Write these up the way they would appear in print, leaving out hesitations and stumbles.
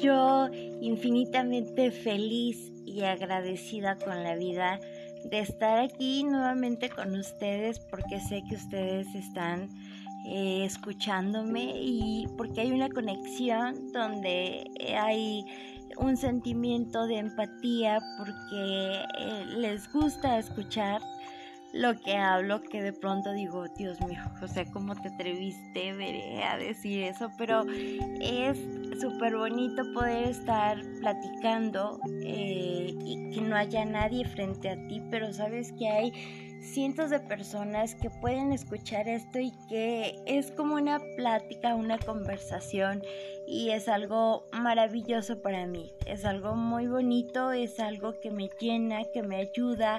yo infinitamente feliz y agradecida con la vida de estar aquí nuevamente con ustedes, porque sé que ustedes están escuchándome y porque hay una conexión donde hay un sentimiento de empatía, porque les gusta escuchar lo que hablo, que de pronto digo, Dios mío, o sea, ¿cómo te atreviste, Veré, a decir eso? Pero es súper bonito poder estar platicando y que no haya nadie frente a ti, pero sabes que hay cientos de personas que pueden escuchar esto y que es como una plática, una conversación, y es algo maravilloso para mí, es algo muy bonito, es algo que me llena, que me ayuda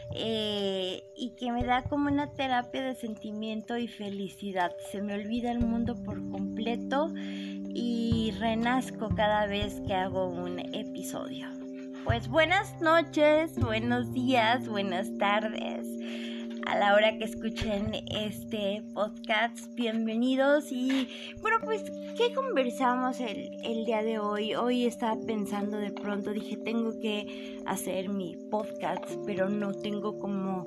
y que me da como una terapia de sentimiento y felicidad. Se me olvida el mundo por completo y renazco cada vez que hago un episodio. Pues buenas noches, buenos días, buenas tardes. A la hora que escuchen este podcast, bienvenidos. Y bueno, pues, ¿qué conversamos el día de hoy? Hoy estaba pensando, de pronto dije, tengo que hacer mi podcast, pero no tengo como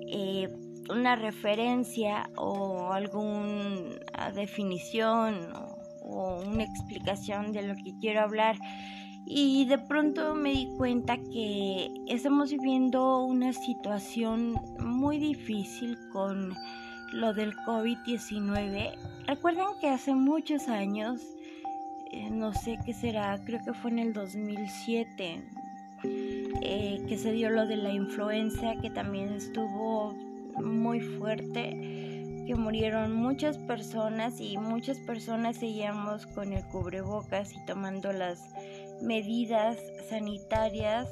una referencia o alguna definición o una explicación de lo que quiero hablar. Y de pronto me di cuenta que estamos viviendo una situación muy difícil con lo del COVID-19. Recuerden que hace muchos años, no sé qué será, creo que fue en el 2007, que se dio lo de la influenza, que también estuvo muy fuerte, que murieron muchas personas y muchas personas seguíamos con el cubrebocas y tomando las medidas sanitarias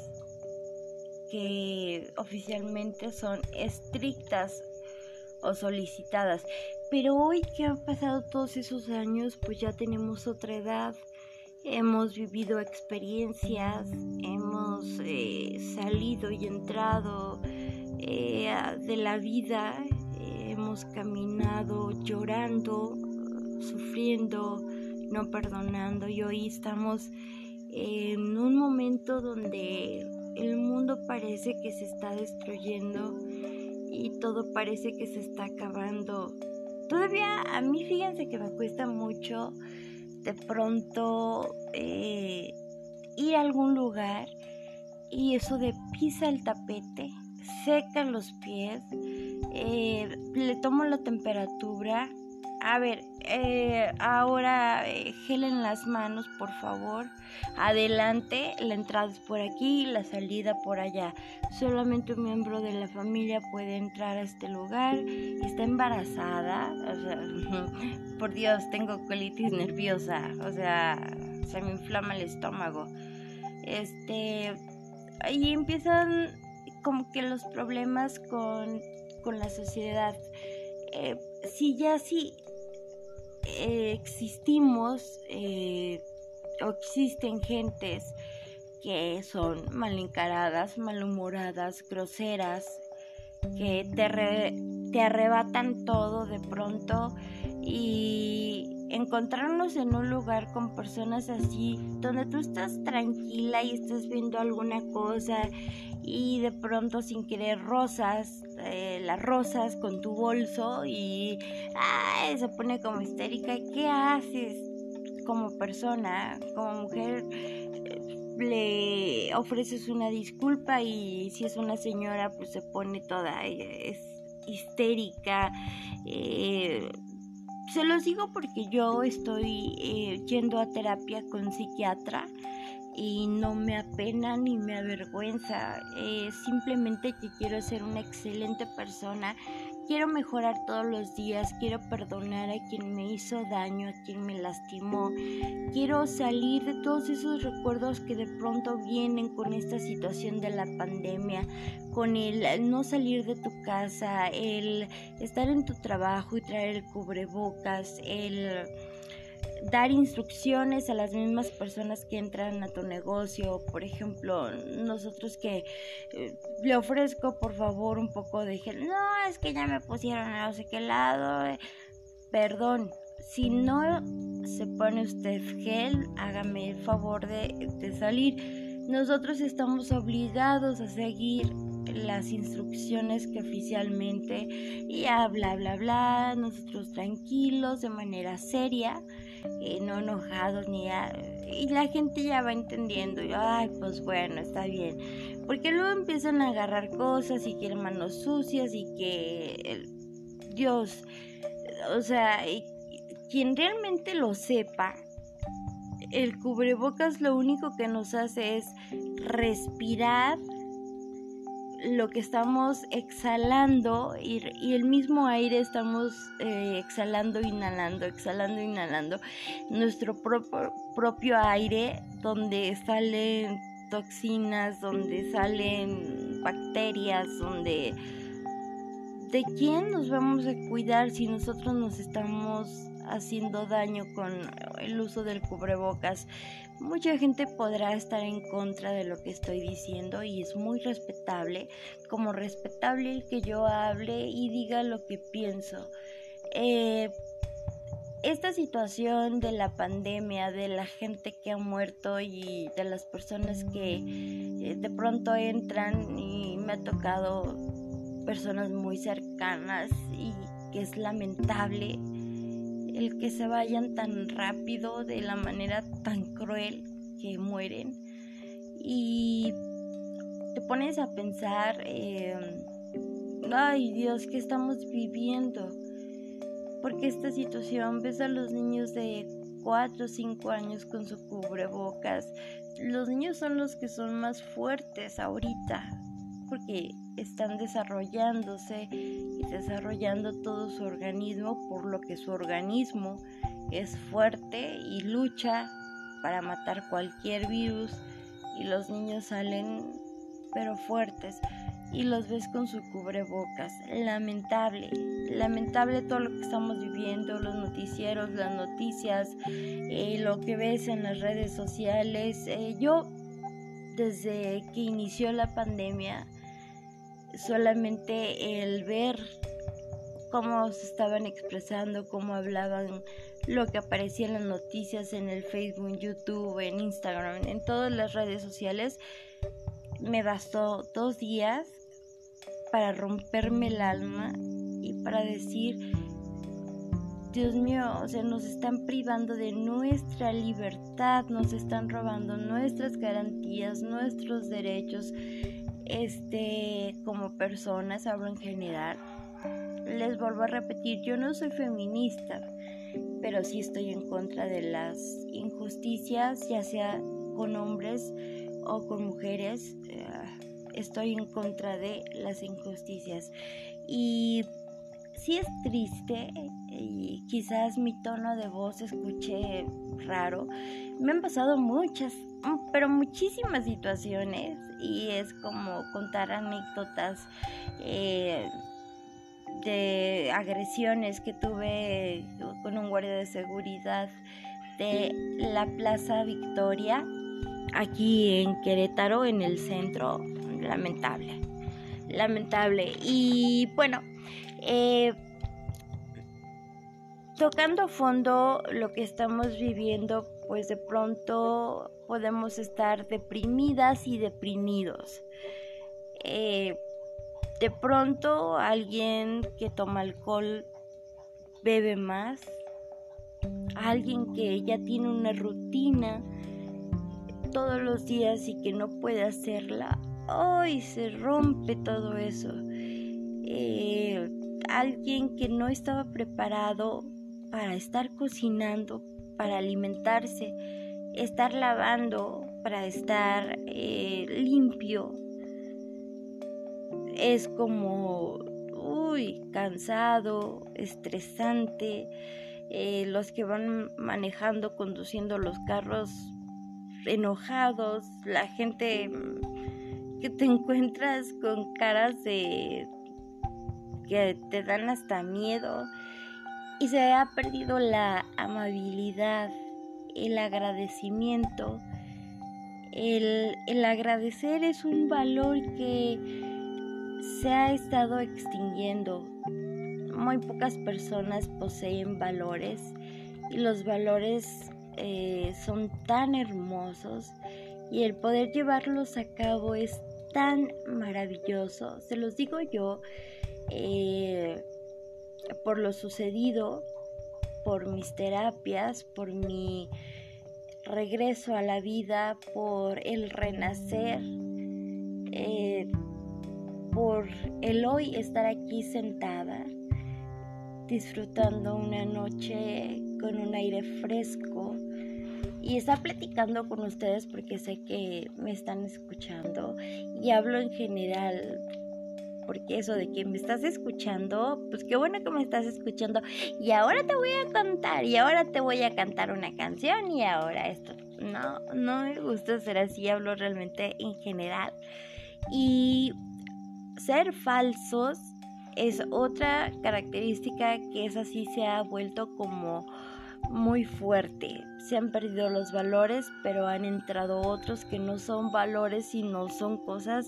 que oficialmente son estrictas o solicitadas. Pero hoy que han pasado todos esos años, pues ya tenemos otra edad, hemos vivido experiencias, hemos salido y entrado de la vida, hemos caminado llorando, sufriendo, no perdonando, y hoy estamos en un momento donde el mundo parece que se está destruyendo y todo parece que se está acabando. Todavía a mí, fíjense que me cuesta mucho de pronto ir a algún lugar y eso de pisa el tapete, seca los pies, le tomo la temperatura. A ver, ahora gel en las manos, por favor. Adelante, la entrada es por aquí, la salida por allá. Solamente un miembro de la familia puede entrar a este lugar. Está embarazada, o sea, por Dios, tengo colitis nerviosa, o sea, se me inflama el estómago. Ahí empiezan como que los problemas con la sociedad. Si existimos o existen gentes que son mal encaradas, malhumoradas, groseras, que te arrebatan todo de pronto, y encontrarnos en un lugar con personas así, donde tú estás tranquila y estás viendo alguna cosa y de pronto sin querer las rosas con tu bolso y se pone como histérica. ¿Qué haces como persona, como mujer? Le ofreces una disculpa, y si es una señora pues se pone toda, es histérica. Se los digo porque yo estoy yendo a terapia con psiquiatra y no me apena ni me avergüenza, simplemente que quiero ser una excelente persona, quiero mejorar todos los días, quiero perdonar a quien me hizo daño, a quien me lastimó, quiero salir de todos esos recuerdos que de pronto vienen con esta situación de la pandemia, con el no salir de tu casa, el estar en tu trabajo y traer el cubrebocas, el dar instrucciones a las mismas personas que entran a tu negocio. Por ejemplo, nosotros que le ofrezco por favor un poco de gel, no, es que ya me pusieron a no sé qué lado, perdón, si no se pone usted gel, hágame el favor de salir. Nosotros estamos obligados a seguir las instrucciones que oficialmente, ya bla bla bla, nosotros tranquilos, de manera seria, no enojados y la gente ya va entendiendo, ay, pues bueno, está bien, porque luego empiezan a agarrar cosas y que manos sucias y que Dios, o sea, quien realmente lo sepa, el cubrebocas lo único que nos hace es respirar lo que estamos exhalando y el mismo aire estamos exhalando, inhalando nuestro propio aire, donde salen toxinas, donde salen bacterias, ¿de quién nos vamos a cuidar si nosotros nos estamos haciendo daño con el uso del cubrebocas? Mucha gente podrá estar en contra de lo que estoy diciendo y es muy respetable, como respetable el que yo hable y diga lo que pienso. Esta situación de la pandemia, de la gente que ha muerto y de las personas que de pronto entran, y me ha tocado personas muy cercanas y que es lamentable el que se vayan tan rápido, de la manera tan cruel que mueren, y te pones a pensar, ay Dios, ¿qué estamos viviendo? Porque esta situación, ves a los niños de 4 o 5 años con su cubrebocas. Los niños son los que son más fuertes ahorita, porque están desarrollándose y desarrollando todo su organismo, por lo que su organismo es fuerte y lucha para matar cualquier virus, y los niños salen pero fuertes y los ves con su cubrebocas. Lamentable todo lo que estamos viviendo, los noticieros, las noticias, lo que ves en las redes sociales. Yo desde que inició la pandemia, solamente el ver cómo se estaban expresando, cómo hablaban, lo que aparecía en las noticias, en el Facebook, en YouTube, en Instagram, en todas las redes sociales, me bastó 2 días para romperme el alma y para decir, Dios mío, o sea, nos están privando de nuestra libertad, nos están robando nuestras garantías, nuestros derechos, como personas, hablo en general. Les vuelvo a repetir, yo no soy feminista, pero sí estoy en contra de las injusticias, ya sea con hombres o con mujeres. Estoy en contra de las injusticias. Y sí es triste, y quizás mi tono de voz se escuche raro. Me han pasado pero muchísimas situaciones, y es como contar anécdotas de agresiones que tuve con un guardia de seguridad de la Plaza Victoria, aquí en Querétaro, en el centro. Lamentable. Y bueno, tocando a fondo lo que estamos viviendo, pues de pronto podemos estar deprimidas y deprimidos. De pronto alguien que toma alcohol bebe más, alguien que ya tiene una rutina todos los días y que no puede hacerla, hoy se rompe todo eso. Alguien que no estaba preparado para estar cocinando, para alimentarse, estar lavando, para estar limpio, es como cansado, estresante. Los que van manejando, conduciendo los carros, enojados, la gente que te encuentras con caras que te dan hasta miedo, y se ha perdido la amabilidad, el agradecimiento. El agradecer es un valor que se ha estado extinguiendo. Muy pocas personas poseen valores y los valores son tan hermosos y el poder llevarlos a cabo es tan maravilloso. Se los digo yo por lo sucedido, por mis terapias, por mi regreso a la vida, por el renacer, por el hoy estar aquí sentada disfrutando una noche con un aire fresco y estar platicando con ustedes porque sé que me están escuchando, y hablo en general porque eso de que me estás escuchando, pues qué bueno que me estás escuchando, y ahora te voy a contar, y ahora te voy a cantar una canción, y ahora esto. No me gusta ser así, hablo realmente en general. Y ser falsos es otra característica que es así, se ha vuelto como muy fuerte. Se han perdido los valores, pero han entrado otros que no son valores, sino son cosas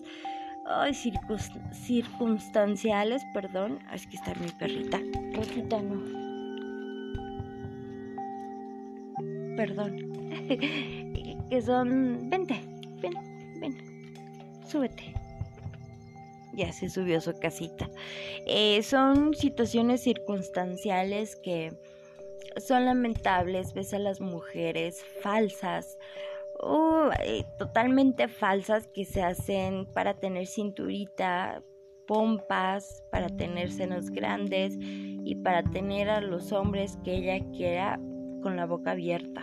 circunstanciales, perdón. Es que está mi perrita. Rosita, no. Perdón. Que son... Vente, ven. Súbete. Ya se subió a su casita. Son situaciones circunstanciales que son lamentables. Ves a las mujeres falsas, totalmente falsas, que se hacen para tener cinturita, pompas, para tener senos grandes y para tener a los hombres que ella quiera con la boca abierta.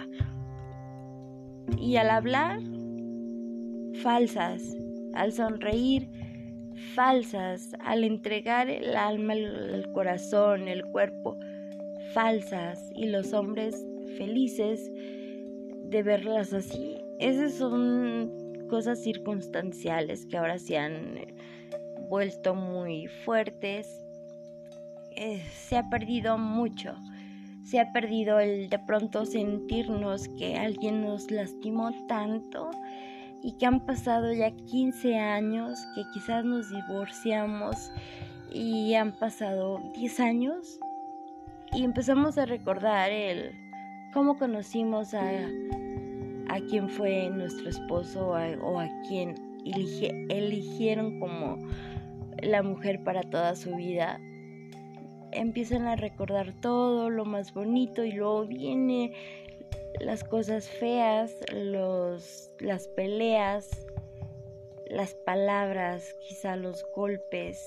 Y al hablar, falsas. Al sonreír, falsas. Al entregar el alma, el corazón, el cuerpo, falsas. Y los hombres felices de verlas así. Esas son cosas circunstanciales que ahora se han vuelto muy fuertes. Se ha perdido mucho. Se ha perdido el de pronto sentirnos que alguien nos lastimó tanto, y que han pasado ya 15 años, que quizás nos divorciamos y han pasado 10 años y empezamos a recordar cómo conocimos a quien fue nuestro esposo o a quien eligieron como la mujer para toda su vida. Empiezan a recordar todo lo más bonito y luego vienen las cosas feas, las peleas, las palabras, quizá los golpes,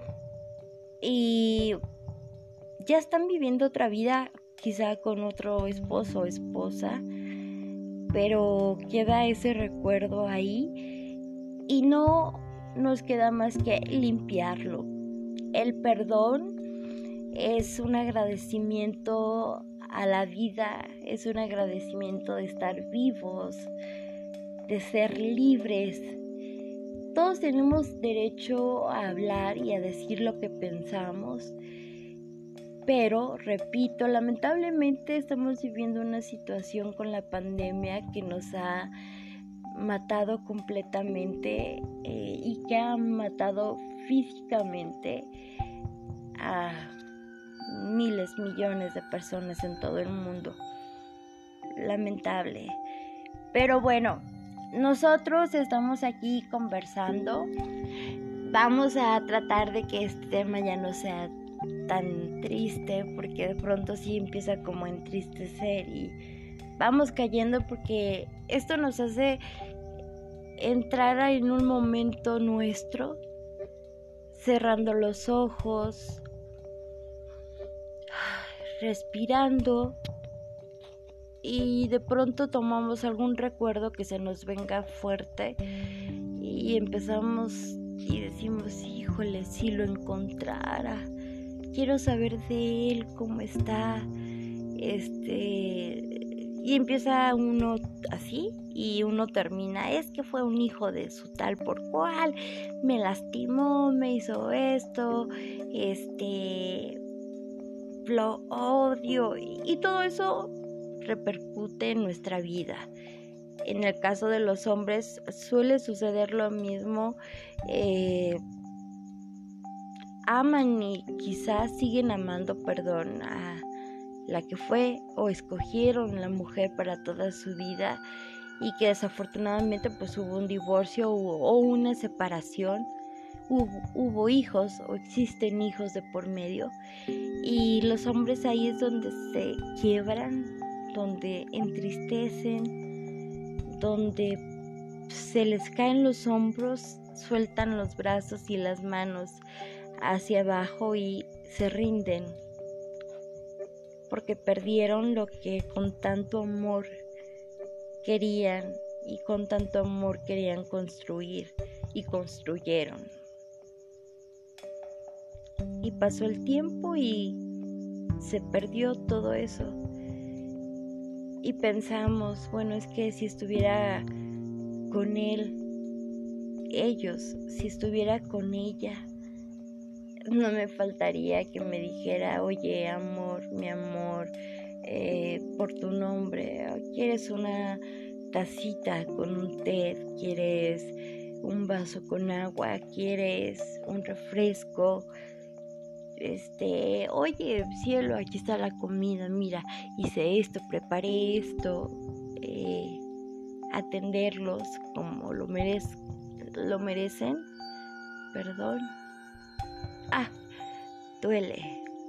y ya están viviendo otra vida, quizá con otro esposo o esposa, pero queda ese recuerdo ahí y no nos queda más que limpiarlo. El perdón es un agradecimiento a la vida, es un agradecimiento de estar vivos, de ser libres. Todos tenemos derecho a hablar y a decir lo que pensamos, pero, repito, lamentablemente estamos viviendo una situación con la pandemia que nos ha matado completamente y que ha matado físicamente a miles, millones de personas en todo el mundo. Lamentable. Pero bueno, nosotros estamos aquí conversando. Vamos a tratar de que este tema ya no sea tan triste, porque de pronto sí empieza como a entristecer y vamos cayendo, porque esto nos hace entrar en un momento nuestro, cerrando los ojos, respirando, y de pronto tomamos algún recuerdo que se nos venga fuerte y empezamos y decimos, híjole, si lo encontrara, quiero saber de él, cómo está, y empieza uno así y uno termina, es que fue un hijo de su tal por cual, me lastimó, me hizo esto, lo odio, y todo eso repercute en nuestra vida. En el caso de los hombres suele suceder lo mismo. Aman y quizás siguen amando, a la que fue o escogieron la mujer para toda su vida y que desafortunadamente pues hubo un divorcio o una separación, hubo hijos o existen hijos de por medio, y los hombres ahí es donde se quiebran, donde entristecen, donde se les caen los hombros, sueltan los brazos y las manos hacia abajo y se rinden porque perdieron lo que con tanto amor querían y con tanto amor querían construir y construyeron. Y pasó el tiempo y se perdió todo eso. Y pensamos, bueno, es que si estuviera con él, si estuviera con ella, no me faltaría que me dijera, oye, amor, mi amor, por tu nombre, ¿quieres una tacita con un té? ¿Quieres un vaso con agua? ¿Quieres un refresco? Oye, cielo, aquí está la comida, mira, hice esto, preparé esto, atenderlos como lo merecen, perdón. Duele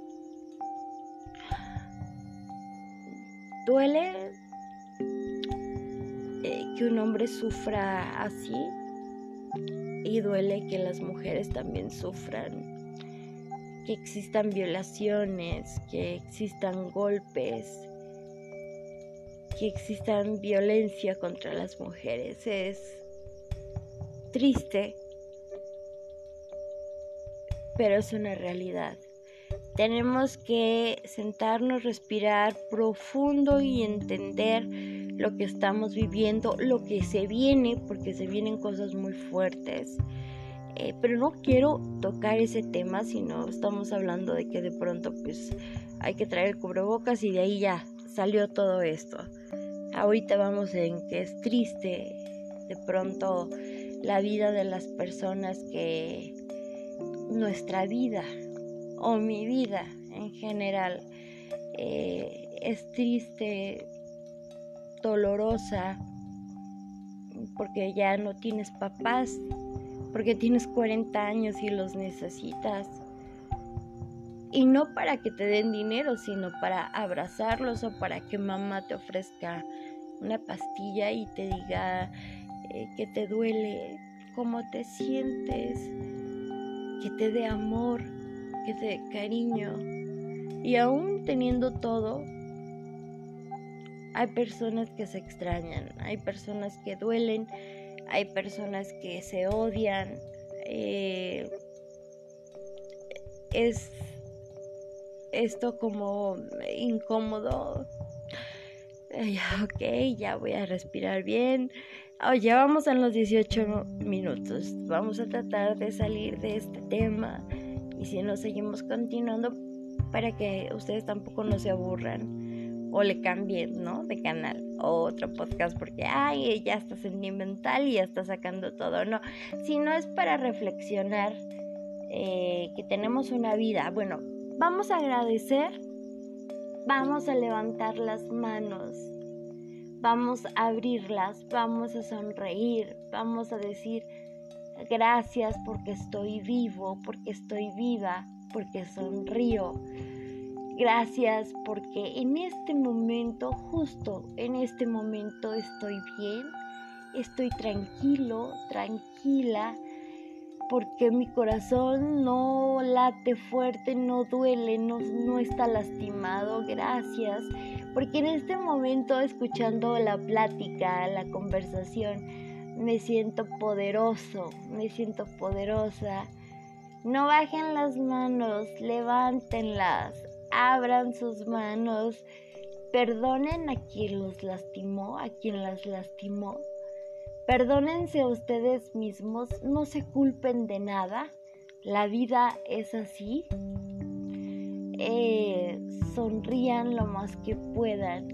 que un hombre sufra así, y duele que las mujeres también sufran, que existan violaciones, que existan golpes, que existan violencia contra las mujeres. Es triste, pero es una realidad. Tenemos que sentarnos, respirar profundo y entender lo que estamos viviendo, lo que se viene, porque se vienen cosas muy fuertes. Pero no quiero tocar ese tema, sino estamos hablando de que de pronto pues hay que traer el cubrebocas y de ahí ya salió todo esto. Ahorita vamos en que es triste de pronto la vida de las personas, que nuestra vida o mi vida en general es triste, dolorosa, porque ya no tienes papás, porque tienes 40 años y los necesitas, y no para que te den dinero, sino para abrazarlos, o para que mamá te ofrezca una pastilla y te diga que te duele, cómo te sientes, que te dé amor, que te dé cariño. Y aún teniendo todo, hay personas que se extrañan, hay personas que duelen, hay personas que se odian. Es esto como incómodo. Ok, ya voy a respirar bien. Ya vamos en los 18 minutos. Vamos a tratar de salir de este tema, y si no, seguimos continuando para que ustedes tampoco no se aburran o le cambien, ¿no?, de canal o otro podcast, porque ya está sentimental y ya está sacando todo. No, si no, es para reflexionar que tenemos una vida. Bueno, vamos a agradecer, vamos a levantar las manos, vamos a abrirlas, vamos a sonreír, vamos a decir gracias porque estoy vivo, porque estoy viva, porque sonrío. Gracias porque en este momento, justo en este momento, estoy bien, estoy tranquilo, tranquila, porque mi corazón no late fuerte, no duele, no está lastimado. Gracias, porque en este momento, escuchando la plática, la conversación, me siento poderoso, me siento poderosa. No bajen las manos, levántenlas, abran sus manos, perdonen a quien los lastimó, a quien las lastimó. Perdónense a ustedes mismos, no se culpen de nada, la vida es así. Sonrían lo más que puedan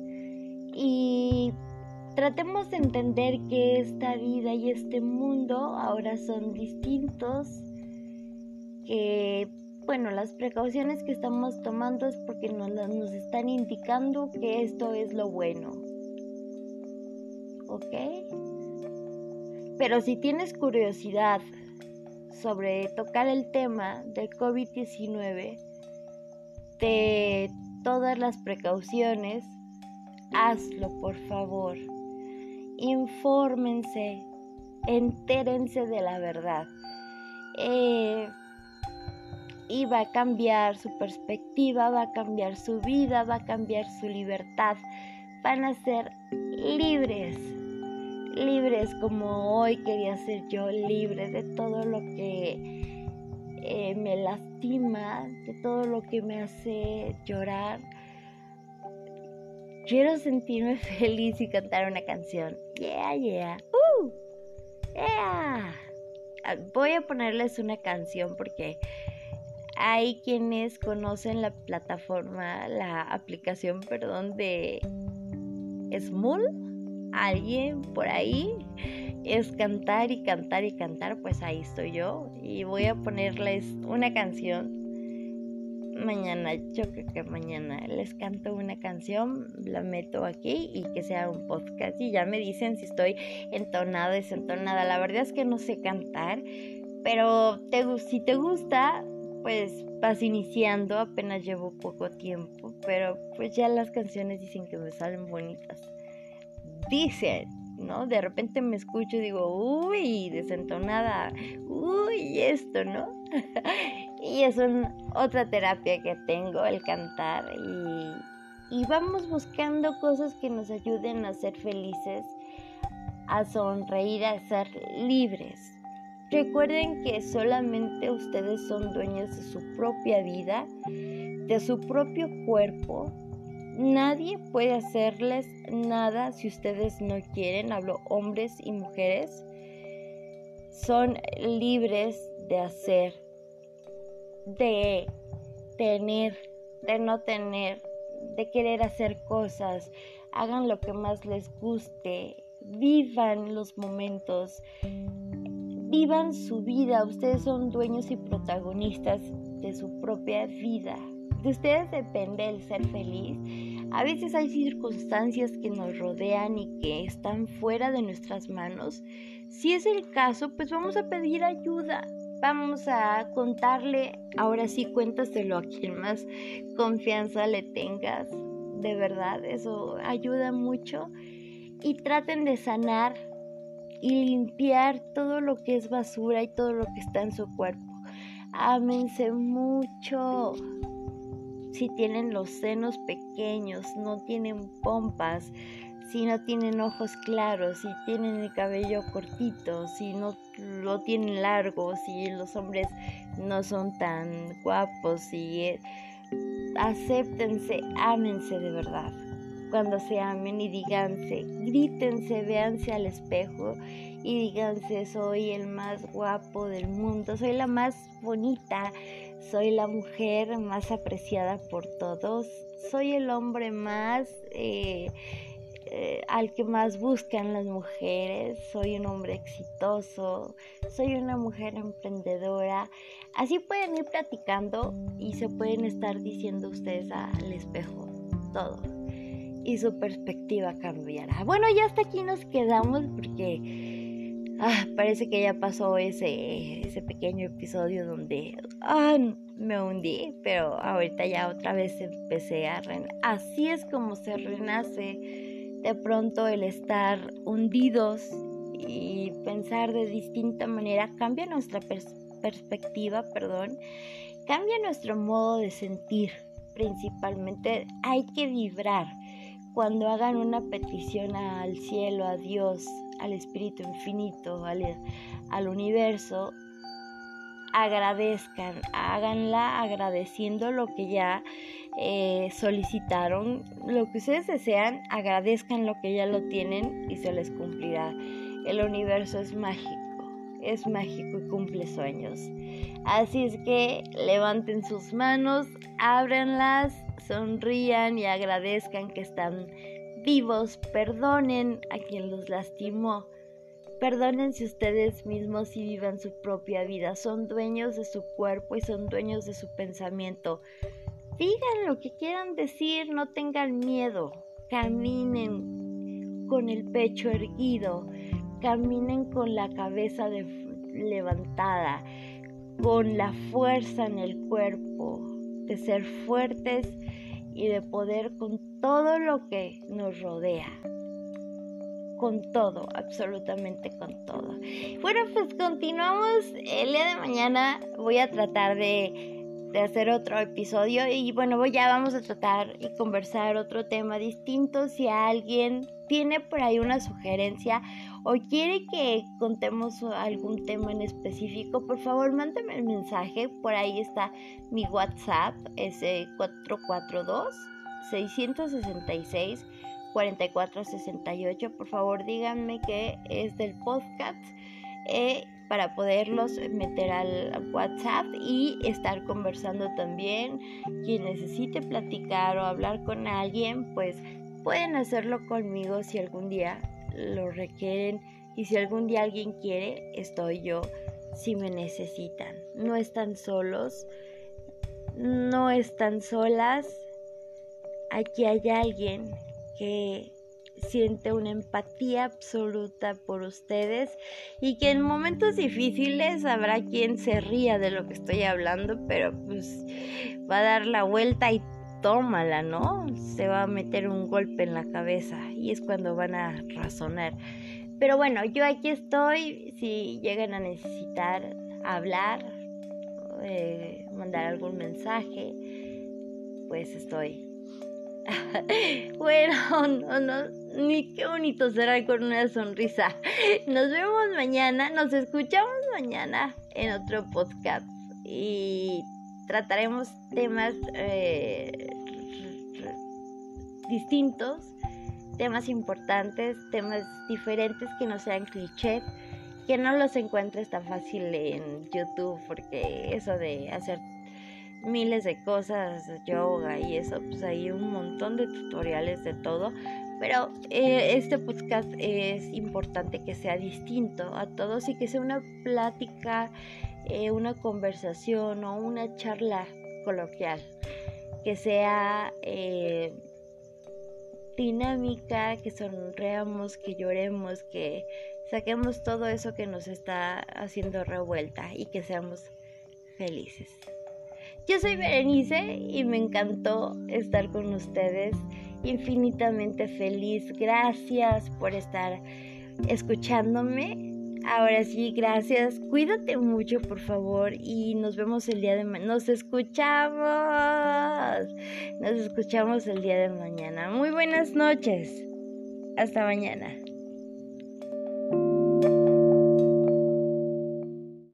y tratemos de entender que esta vida y este mundo ahora son distintos, que bueno, las precauciones que estamos tomando es porque nos están indicando que esto es lo bueno. ¿Ok? Pero si tienes curiosidad sobre tocar el tema del COVID-19, de todas las precauciones, hazlo, por favor. Infórmense, entérense de la verdad. Y va a cambiar su perspectiva, va a cambiar su vida, va a cambiar su libertad. Van a ser libres como hoy quería ser yo, libre de todo lo que me lastima, de todo lo que me hace llorar. Quiero sentirme feliz y cantar una canción. Yeah. Yeah. Voy a ponerles una canción porque hay quienes conocen la aplicación de Smule. Alguien por ahí es cantar y cantar y cantar, pues ahí estoy yo y voy a ponerles una canción. Mañana, yo creo que mañana les canto una canción, la meto aquí y que sea un podcast y ya me dicen si estoy entonada, desentonada. La verdad es que no sé cantar, pero si te gusta, pues vas iniciando, apenas llevo poco tiempo, pero pues ya las canciones dicen que me salen bonitas. Dicen, ¿no? De repente me escucho y digo, uy, desentonada, uy, esto, ¿no? Y es otra terapia que tengo, el cantar, y vamos buscando cosas que nos ayuden a ser felices, a sonreír, a ser libres. Recuerden que solamente ustedes son dueños de su propia vida, de su propio cuerpo. Nadie puede hacerles nada si ustedes no quieren. Hablo hombres y mujeres. Son libres de hacer, de tener, de no tener, de querer hacer cosas. Hagan lo que más les guste. Vivan los momentos. Vivan su vida. Ustedes son dueños y protagonistas de su propia vida. De ustedes depende el ser feliz. A veces hay circunstancias que nos rodean y que están fuera de nuestras manos. Si es el caso, pues vamos a pedir ayuda. Vamos a contarle, ahora sí, cuéntaselo a quien más confianza le tengas. De verdad, eso ayuda mucho. Y traten de sanar y limpiar todo lo que es basura y todo lo que está en su cuerpo. Ámense mucho. Si tienen los senos pequeños, no tienen pompas, si no tienen ojos claros, si tienen el cabello cortito, si no lo tienen largo, si los hombres no son tan guapos, acéptense, ámense de verdad. Cuando se amen y díganse, grítense, véanse al espejo y díganse, soy el más guapo del mundo, soy la más bonita, soy la mujer más apreciada por todos, soy el hombre más al que más buscan las mujeres, soy un hombre exitoso, soy una mujer emprendedora. Así pueden ir platicando y se pueden estar diciendo ustedes al espejo todo y su perspectiva cambiará. Bueno, ya hasta aquí nos quedamos porque parece que ya pasó ese pequeño episodio donde me hundí, pero ahorita ya otra vez empecé a renacer. Así es como se renace. De pronto el estar hundidos y pensar de distinta manera cambia nuestra perspectiva, cambia nuestro modo de sentir. Principalmente hay que vibrar. Cuando hagan una petición al cielo, a Dios, al Espíritu Infinito, al universo, agradezcan, háganla agradeciendo lo que ya solicitaron, lo que ustedes desean, agradezcan lo que ya lo tienen y se les cumplirá. El universo es mágico y cumple sueños. Así es que levanten sus manos, ábranlas, sonrían y agradezcan que están vivos, perdonen a quien los lastimó, Perdónense ustedes mismos y vivan su propia vida. Son dueños de su cuerpo y son dueños de su pensamiento. Digan lo que quieran decir, no tengan miedo. Caminen con el pecho erguido, caminen con la cabeza levantada, con la fuerza en el cuerpo, de ser fuertes y de poder con todo lo que nos rodea. Con todo, absolutamente con todo. Bueno, pues continuamos. El día de mañana voy a tratar de hacer otro episodio y bueno, ya vamos a tratar y conversar otro tema distinto. Si alguien tiene por ahí una sugerencia o quiere que contemos algún tema en específico, por favor mándame el mensaje. Por ahí está mi WhatsApp, es 442-666-4468. Por favor díganme que es del podcast para poderlos meter al WhatsApp y estar conversando también. Quien necesite platicar o hablar con alguien, pues pueden hacerlo conmigo si algún día lo requieren, y si algún día alguien quiere, estoy yo si me necesitan. No están solos, no están solas. Aquí hay alguien que siente una empatía absoluta por ustedes y que en momentos difíciles habrá quien se ría de lo que estoy hablando, pero pues va a dar la vuelta y tómala, ¿no? Se va a meter un golpe en la cabeza y es cuando van a razonar. Pero bueno, yo aquí estoy. Si llegan a necesitar hablar, mandar algún mensaje, pues estoy. Bueno, no, ni qué bonito será con una sonrisa. Nos vemos mañana, nos escuchamos mañana en otro podcast y trataremos temas distintos, temas importantes, temas diferentes que no sean clichés, que no los encuentres tan fácil en YouTube, porque eso de hacer miles de cosas, yoga y eso, pues hay un montón de tutoriales de todo, pero este podcast es importante que sea distinto a todos y que sea una plática, una conversación o una charla coloquial, que sea dinámica, que sonreamos, que lloremos, que saquemos todo eso que nos está haciendo revuelta y que seamos felices. Yo soy Berenice y me encantó estar con ustedes, infinitamente feliz. Gracias por estar escuchándome. Ahora sí, gracias. Cuídate mucho, por favor, y nos vemos el día de mañana. Nos escuchamos el día de mañana. Muy buenas noches. Hasta mañana.